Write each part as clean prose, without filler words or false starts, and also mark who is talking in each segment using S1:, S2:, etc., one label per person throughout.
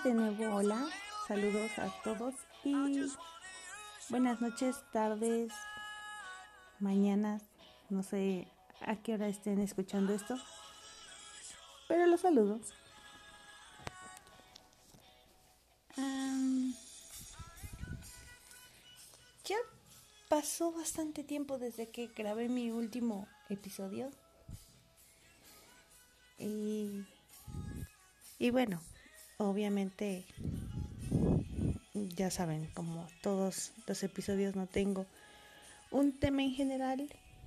S1: De nuevo, hola, saludos a todos y buenas noches, tardes, mañanas, no sé a qué hora estén escuchando esto, pero los saludo. Ya pasó bastante tiempo desde que grabé mi último episodio y bueno, obviamente ya saben, como todos los episodios no tengo un tema en general,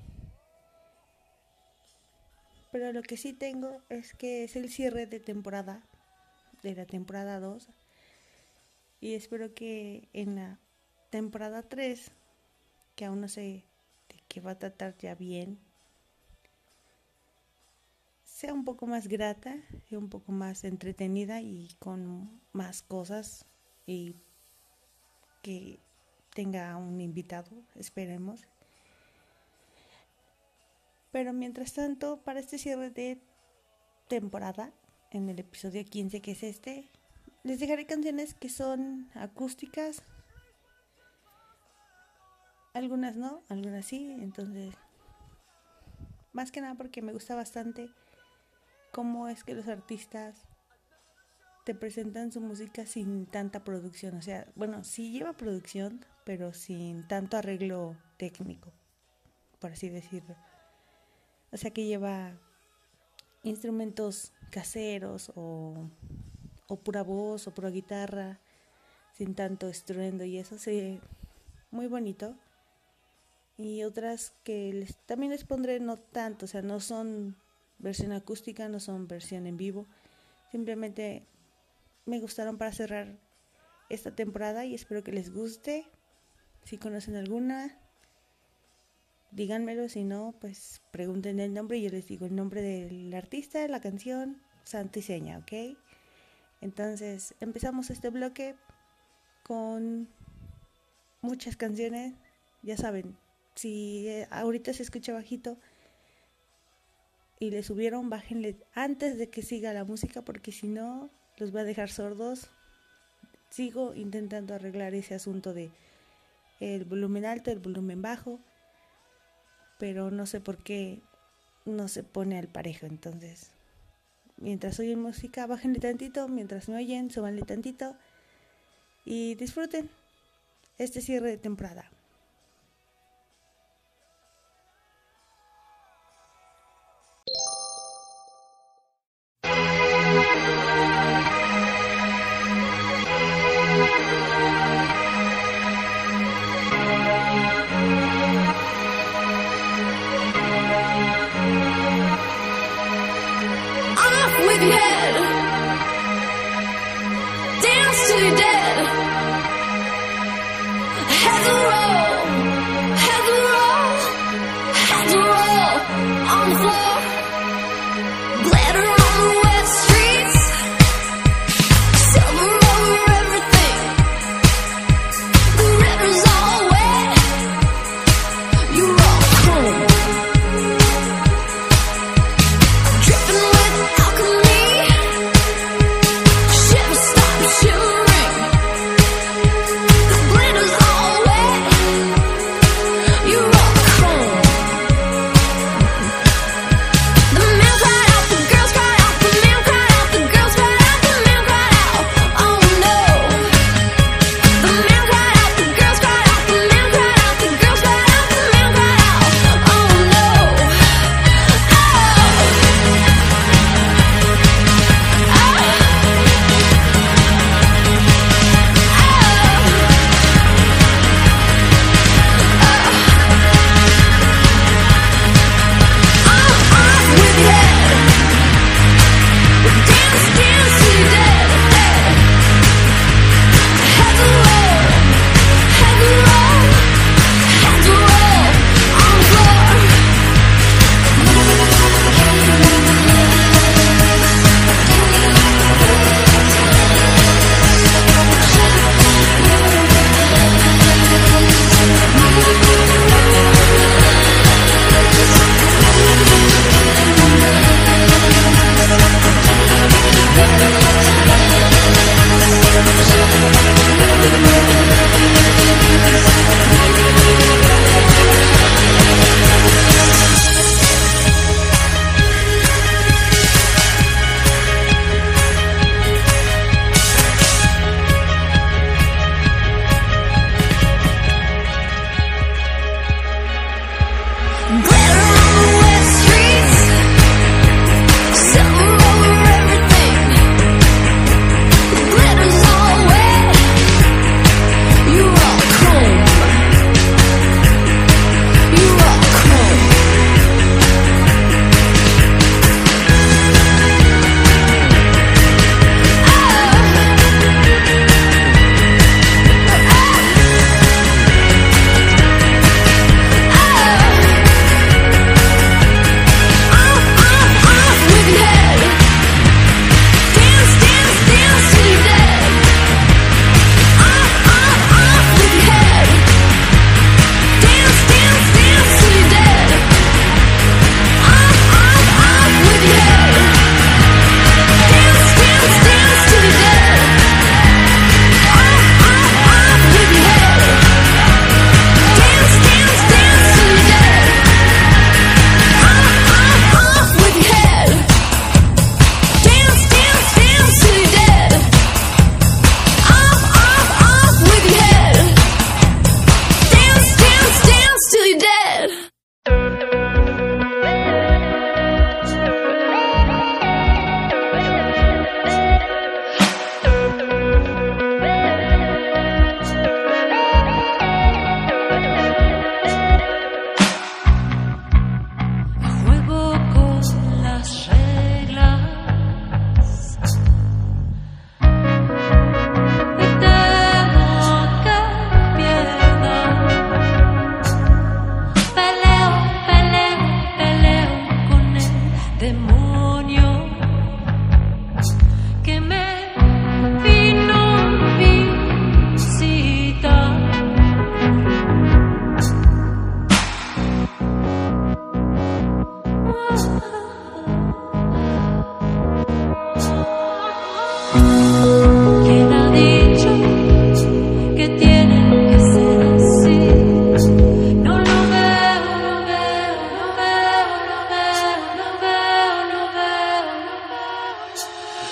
S1: pero lo que sí tengo es que es el cierre de temporada, de la temporada 2, y espero que en la temporada 3, que aún no sé de qué va a tratar ya bien, sea un poco más grata, sea un poco más entretenida y con más cosas, y que tenga un invitado, esperemos. Pero mientras tanto, para este cierre de temporada, en el episodio 15 que es este, les dejaré canciones que son acústicas, algunas no, algunas sí. Entonces, más que nada porque me gusta bastante cómo es que los artistas te presentan su música sin tanta producción. O sea, bueno, sí lleva producción, pero sin tanto arreglo técnico, por así decirlo. O sea, que lleva instrumentos caseros o pura voz o pura guitarra, sin tanto estruendo, y eso se muy bonito. Y otras que también les pondré no tanto, o sea, no son versión acústica, no son versión en vivo, simplemente me gustaron para cerrar esta temporada y espero que les guste. Si conocen alguna, díganmelo, si no, pues pregunten el nombre y yo les digo el nombre del artista, de la canción, santo y seña, ¿ok? Entonces empezamos este bloque con muchas canciones. Ya saben, si ahorita se escucha bajito y le subieron, bájenle antes de que siga la música, porque si no los voy a dejar sordos. Sigo intentando arreglar ese asunto de el volumen alto, el volumen bajo, pero no sé por qué no se pone al parejo. Entonces, mientras oyen música, bájenle tantito, mientras me oyen, súbanle tantito y disfruten este cierre de temporada.
S2: Dripping with alchemy.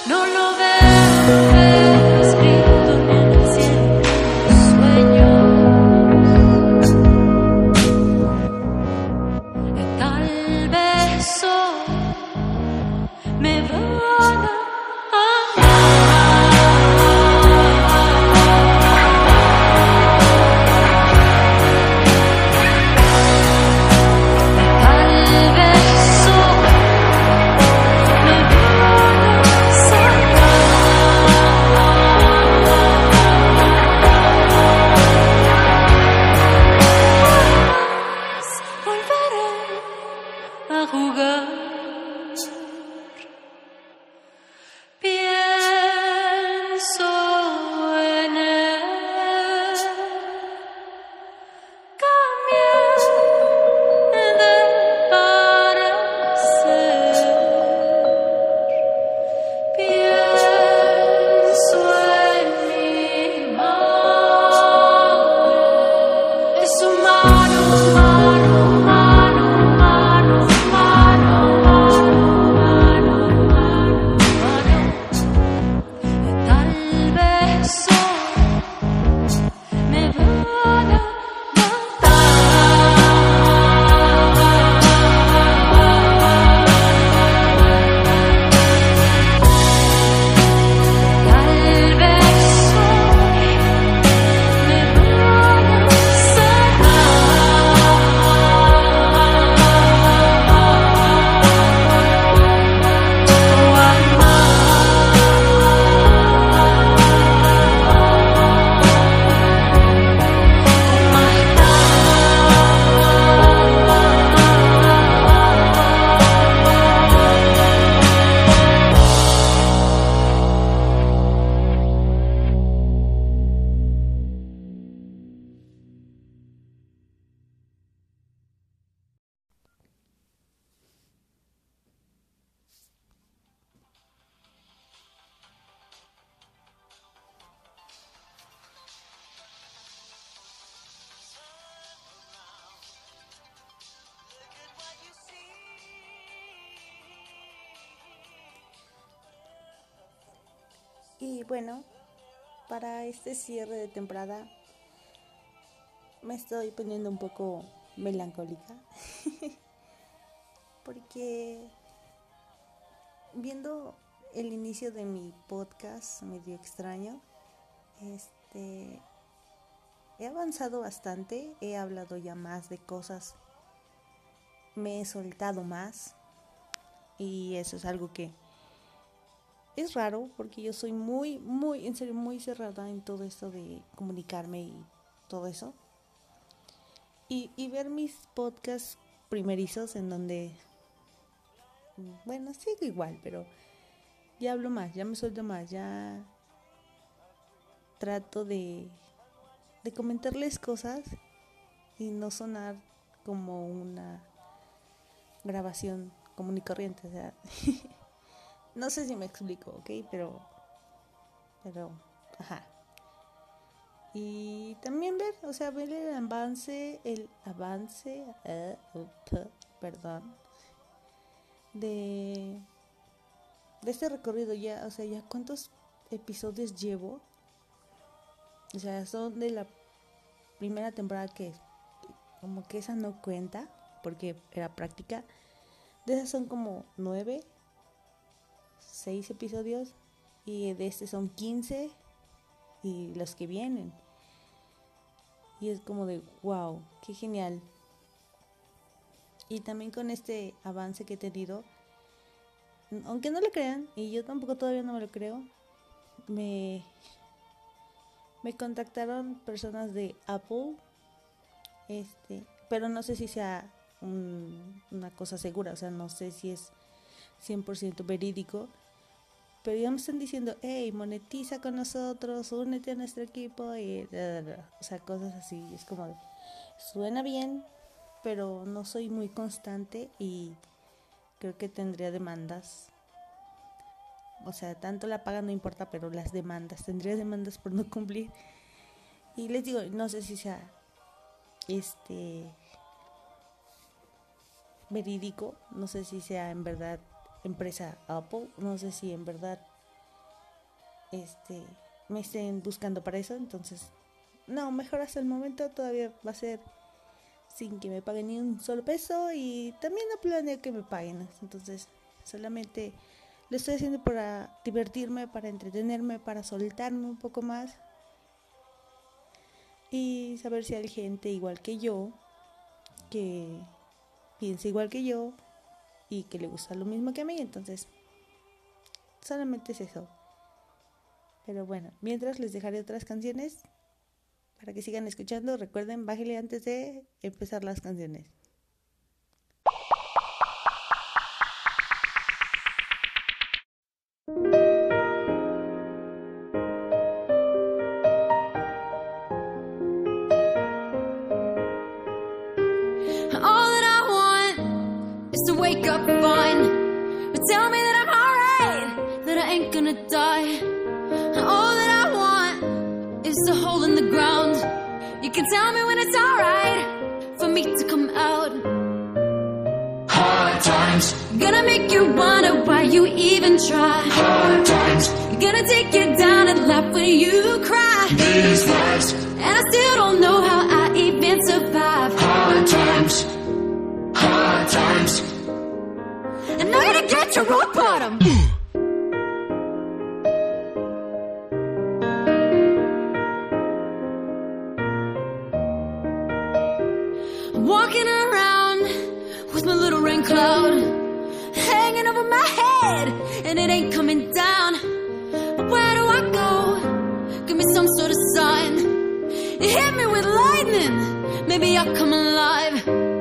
S2: No lo veo escrito ni en el cielo de los sueños. Tal vez hoy me van a
S1: Y bueno, para este cierre de temporada me estoy poniendo un poco melancólica porque viendo el inicio de mi podcast medio extraño, he avanzado bastante, he hablado ya más de cosas, me he soltado más y eso es algo que es raro porque yo soy muy, en serio, muy cerrada en todo esto de comunicarme y todo eso. Y ver mis podcasts primerizos en donde, bueno, sigo igual, pero ya hablo más, ya me suelto más, ya trato de comentarles cosas y no sonar como una grabación común y corriente, o sea, no sé si me explico, ¿ok? Pero, ajá. Y también ver el avance, perdón, de este recorrido ya, o sea, ya cuántos episodios llevo, o sea, son de la primera temporada que como que esa no cuenta, porque era práctica, de esas son como 6 episodios, y de este son 15 y los que vienen. Y es como de wow, qué genial. Y también con este avance que he tenido, aunque no lo crean, y yo tampoco todavía no me lo creo, me contactaron personas de Apple, pero no sé si sea una cosa segura, o sea, no sé si es 100% verídico, pero ya me están diciendo, hey, monetiza con nosotros, únete a nuestro equipo, y o sea, cosas así. Es como de, suena bien, pero no soy muy constante y creo que tendría demandas. O sea, tanto la paga no importa, pero las demandas, tendría demandas por no cumplir. Y les digo, no sé si sea verídico, no sé si sea en verdad empresa Apple, no sé si en verdad me estén buscando para eso. Entonces, no, mejor hasta el momento todavía va a ser sin que me paguen ni un solo peso, y también no planeo que me paguen. Entonces, solamente lo estoy haciendo para divertirme, para entretenerme, para soltarme un poco más y saber si hay gente igual que yo, que piensa igual que yo y que le gusta lo mismo que a mí. Entonces, solamente es eso. Pero bueno, mientras les dejaré otras canciones para que sigan escuchando. Recuerden, bájale antes de empezar las canciones.
S2: All that I want is to wake up fine, but tell me that I'm alright, that I ain't gonna die. All that I want is a hole in the ground. You can tell me when it's alright for me to come out. Hard times gonna make you wonder why you even try. Hard times gonna take you down and laugh when you cry. These lives, and I still don't know how I even survive. Hard times, hard times, and I'm gonna get to rock bottom. Walking around with my little rain cloud hanging over my head, and it ain't coming down. Where do I go? Give me some sort of sign. Hit me with lightning, maybe I'll come alive.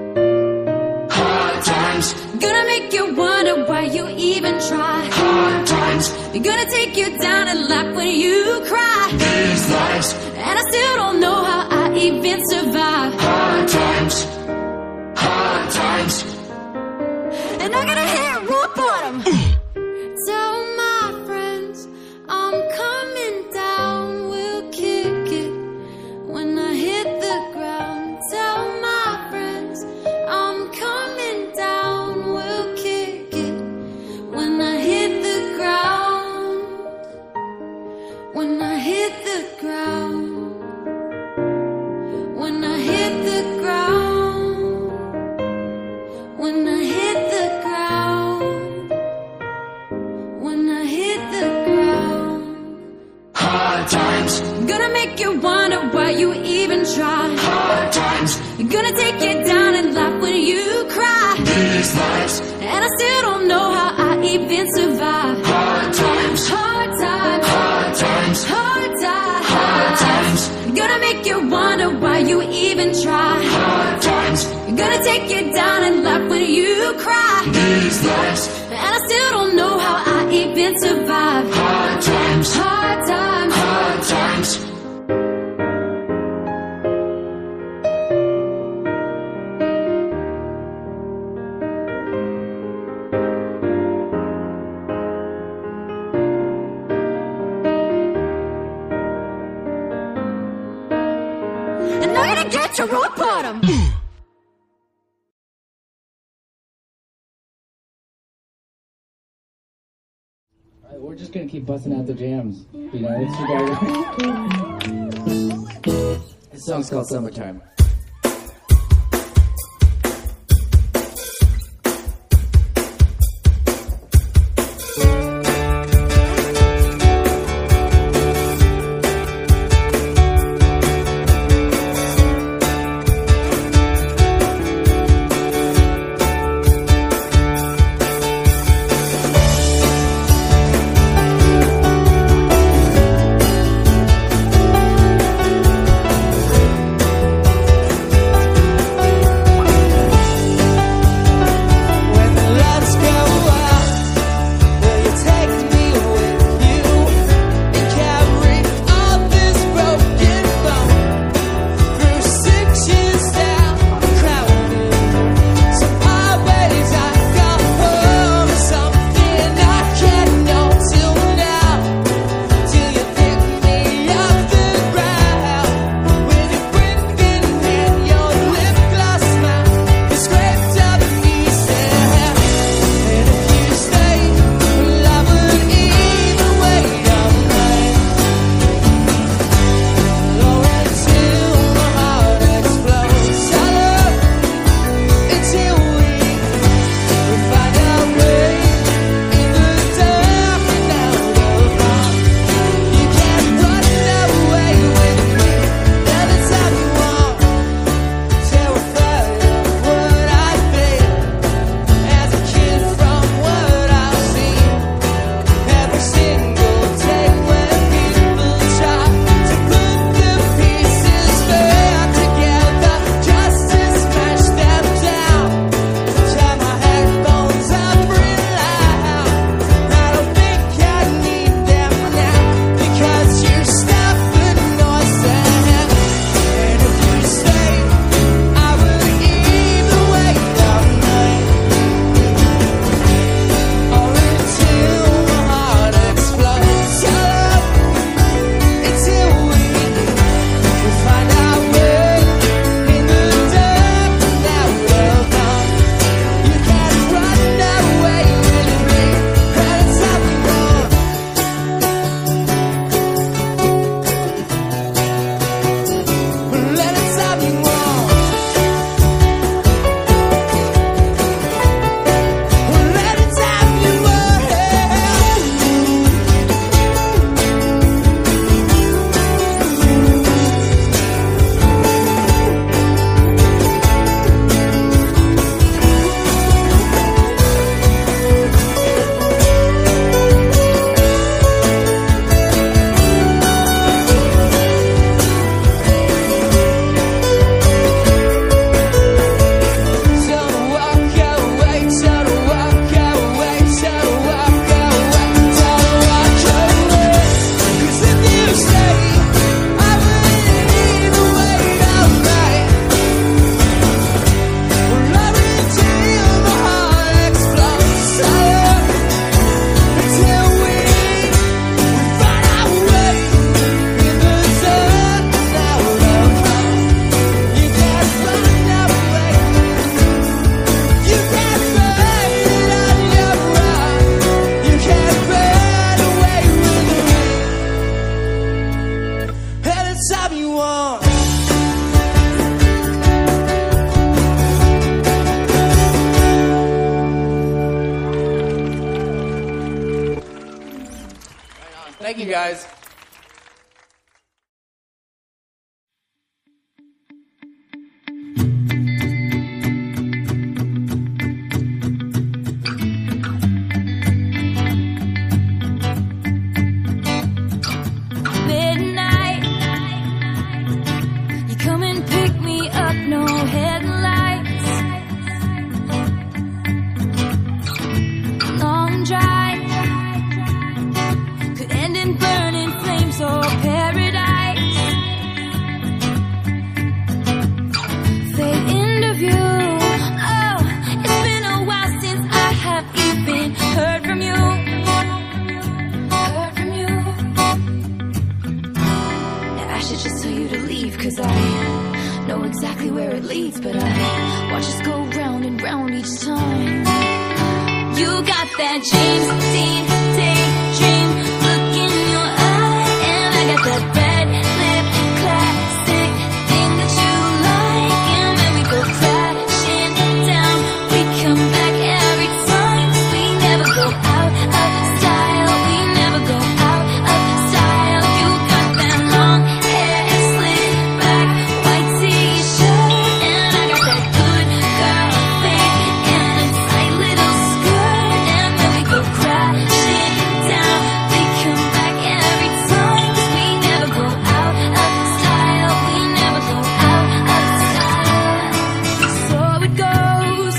S2: Hard times gonna make you wonder why you even try. Hard times gonna take you down and laugh when you cry. These lives, and I still don't know how I even survive. Hard times, hard times, and I gotta hit rock bottom. Tell my friends I'm coming down. We'll kick it when I hit the ground. Tell my friends I'm coming down. We'll kick it when I hit the ground. When I hit the ground. When I hit the ground. When I hit the ground. When I hit the ground. Hard times gonna make you wonder why you even try. Hard times gonna take you down and laugh when you cry. These lives, and I still don't know how I even survive. Hard times, hard times, hard times, hard times, hard times gonna make you wonder why you even try. Hard times gonna take you down and laugh when you cry. These lives, and I still don't know how I even survive. Hard times, hard times, hard times. And I'm gonna get to rock bottom.
S3: We're just gonna keep busting out the jams. You know, it's you guys. This song's called Summertime. Thank you, guys.
S2: Midnight, you come and pick me up, no headlights. Long drive could end in burning flames or paradise. Fade into view. Oh, it's been a while since I have even heard from you. Heard from you. I should just tell you to leave, cause I know exactly where it leads, but I watch us go round and round each time. You got that James Dean daydream look in your eye, and I got that red lip classic thing that you like. And when we go crashing down, we come back every time. 'Cause we never go out of style, we never go out of style. You got that long hair slicked back, white t-shirt, and I got that good girl thing and a tight little skirt. And when we go crashing down, we come back every time. 'Cause we never go out of style, we never go out of style. So it goes.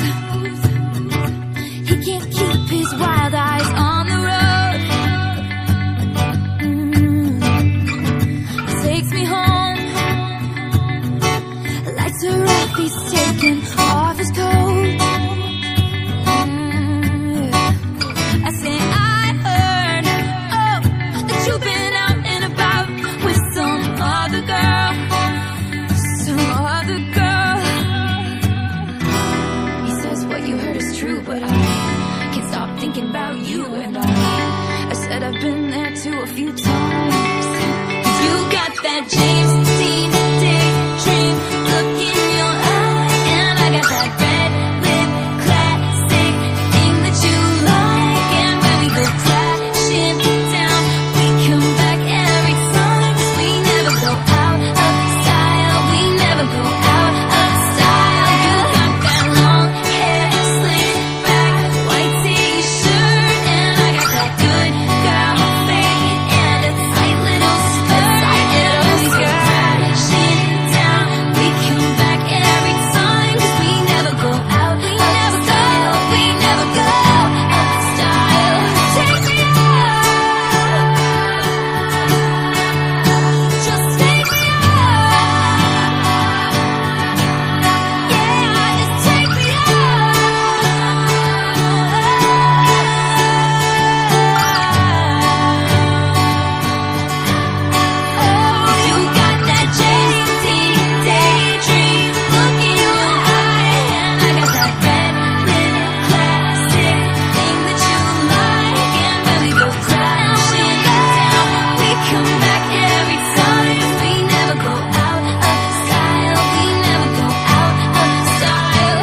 S2: He can't keep his wild eyes on the road. Takes me home. Lights are off, he's taking off his coat. I say I heard, oh, that you've been out and about with some other girl. Some other girl. He says what you heard is true, but I can't stop thinking about you. And I said I've been there too a few times. You got that James Dean daydream look in your eye, and I got that red lip classic thing that you like. And when we go crashing down, we come back every time. 'Cause we never go out of style, we never go out of style. You got that long hair slicked back, white t-shirt, and I got that good girl thing and a tight little skirt. And when we go crashing down, we come back every time. 'Cause we never go out of style, we never go out of style. Take me out, just take me out. Yeah, just take me out. You got that James Dean daydream look in your eye, and I got that red lip classic thing that you like. And when we go crashing down, we come back every time. 'Cause we never go out of style, we never go out of style.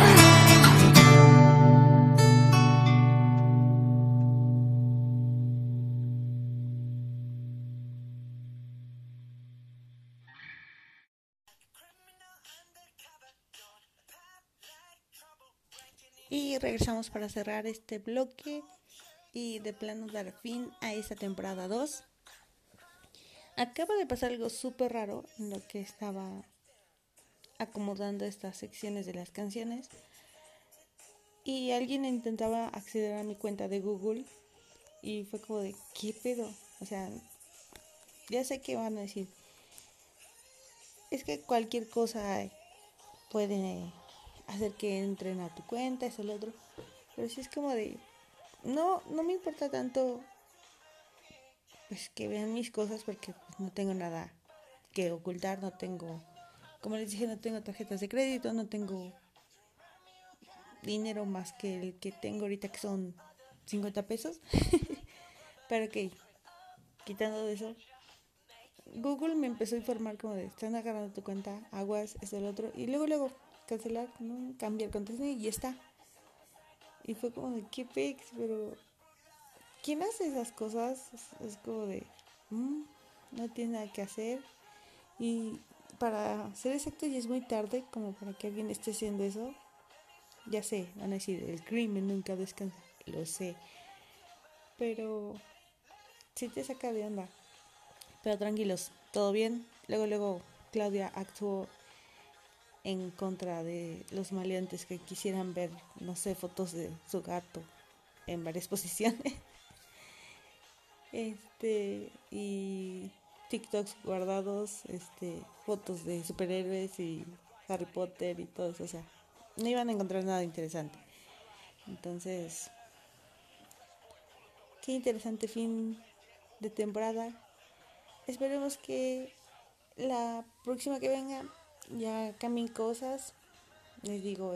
S1: Y regresamos para cerrar este bloque y de plano dar fin a esta temporada 2. Acaba de pasar algo súper raro en lo que estaba acomodando estas secciones de las canciones. Y alguien intentaba acceder a mi cuenta de Google y fue como de, ¿qué pedo? O sea, ya sé que van a decir, es que cualquier cosa puede hacer que entren a tu cuenta, eso, lo otro. Pero sí es como de, no me importa tanto pues que vean mis cosas porque pues, no tengo nada que ocultar, no tengo, como les dije, no tengo tarjetas de crédito, no tengo dinero más que el que tengo ahorita, que son 50 pesos. Pero ok, quitando de eso, Google me empezó a informar como de, están agarrando tu cuenta, aguas, esto, el otro, y luego cancelar, ¿no? Cambiar contraseña y ya está. Y fue como de, qué pex, pero ¿quién hace esas cosas? Es como de, no tiene nada que hacer. Y para ser exacto, ya es muy tarde como para que alguien esté haciendo eso. Ya sé, van a decir, el crimen nunca descansa, lo sé. Pero sí te saca de onda. Pero tranquilos, todo bien. Luego Claudia actuó en contra de los maleantes que quisieran ver, no sé, fotos de su gato en varias posiciones. Y TikToks guardados, fotos de superhéroes y Harry Potter y todo eso, o sea, no iban a encontrar nada interesante. Entonces, qué interesante fin de temporada. Esperemos que la próxima que venga ya cambien cosas. Les digo,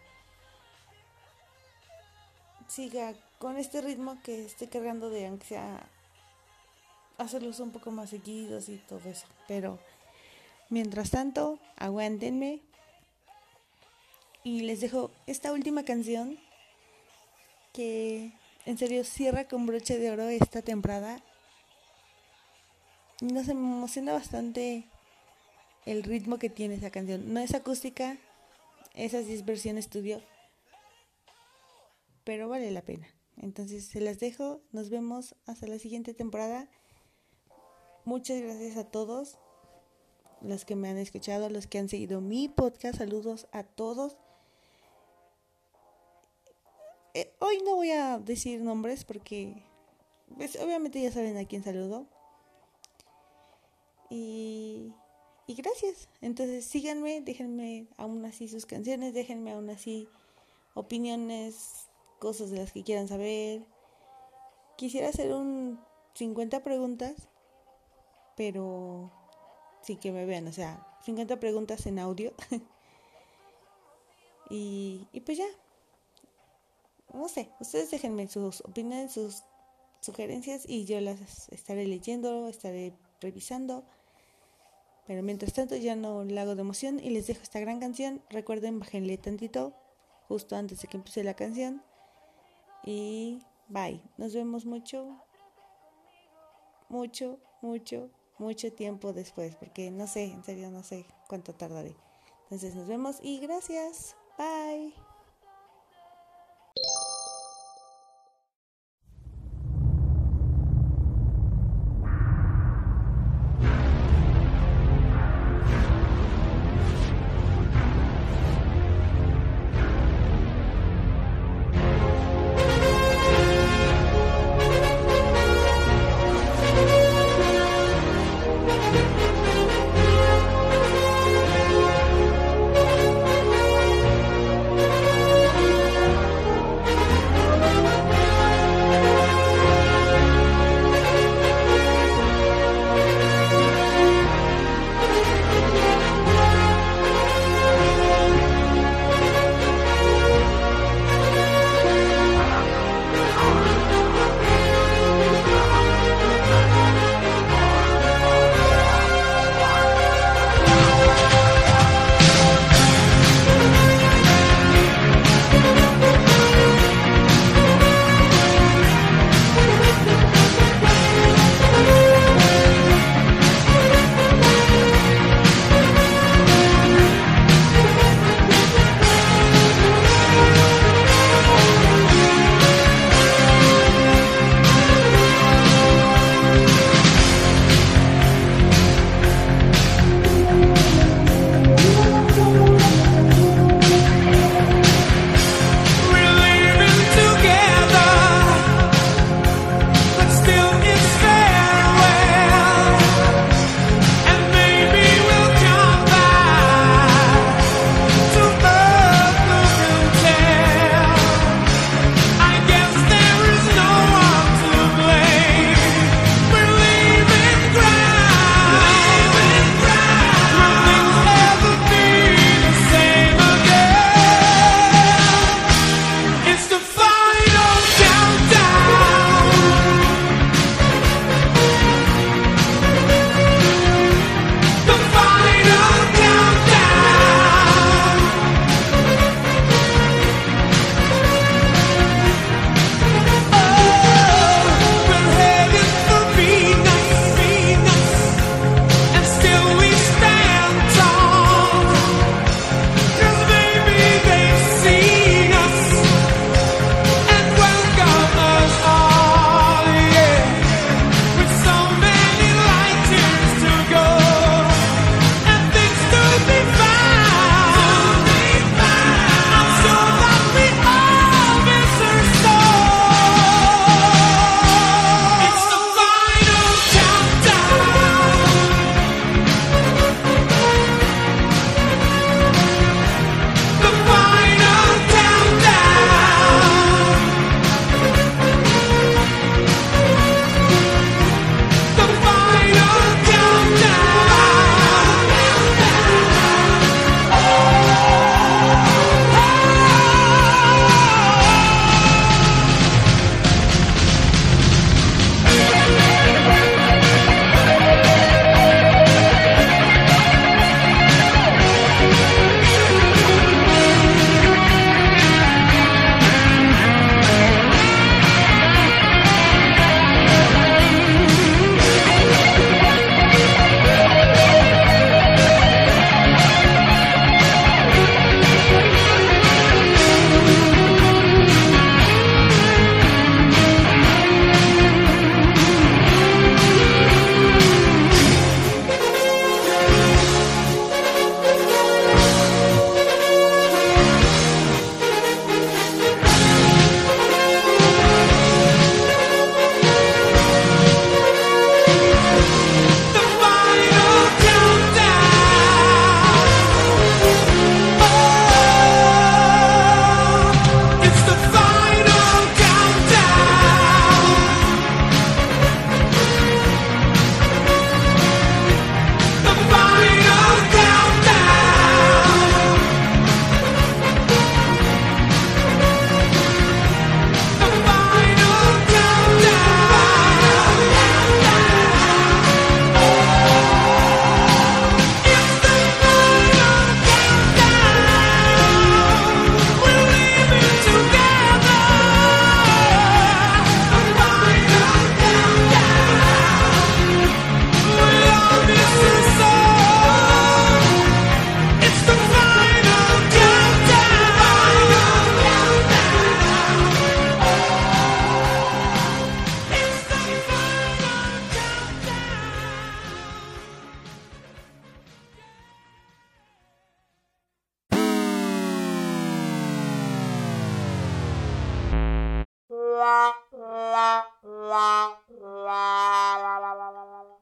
S1: siga con este ritmo que estoy cargando de, aunque sea hacerlos un poco más seguidos y todo eso. Pero mientras tanto, aguántenme. Y les dejo esta última canción que en serio cierra con broche de oro esta temporada. No sé, me emociona bastante el ritmo que tiene esa canción. No es acústica, esa sí es versión estudio, pero vale la pena. Entonces se las dejo, nos vemos hasta la siguiente temporada. Muchas gracias a todos los que me han escuchado, los que han seguido mi podcast. Saludos a todos. Hoy no voy a decir nombres porque pues, obviamente ya saben a quién saludo. Y gracias. Entonces síganme, déjenme aún así sus canciones, déjenme aún así opiniones, cosas de las que quieran saber. Quisiera hacer un 50 preguntas, pero sí que me vean, o sea, 50 preguntas en audio. y pues ya, no sé, ustedes déjenme sus opiniones, sus sugerencias y yo las estaré leyendo, estaré revisando. Pero mientras tanto ya no le hago de emoción y les dejo esta gran canción. Recuerden, bájenle tantito justo antes de que empiece la canción. Y bye. Nos vemos mucho tiempo después. Porque no sé, en serio no sé cuánto tardaré. Entonces nos vemos y gracias. Bye.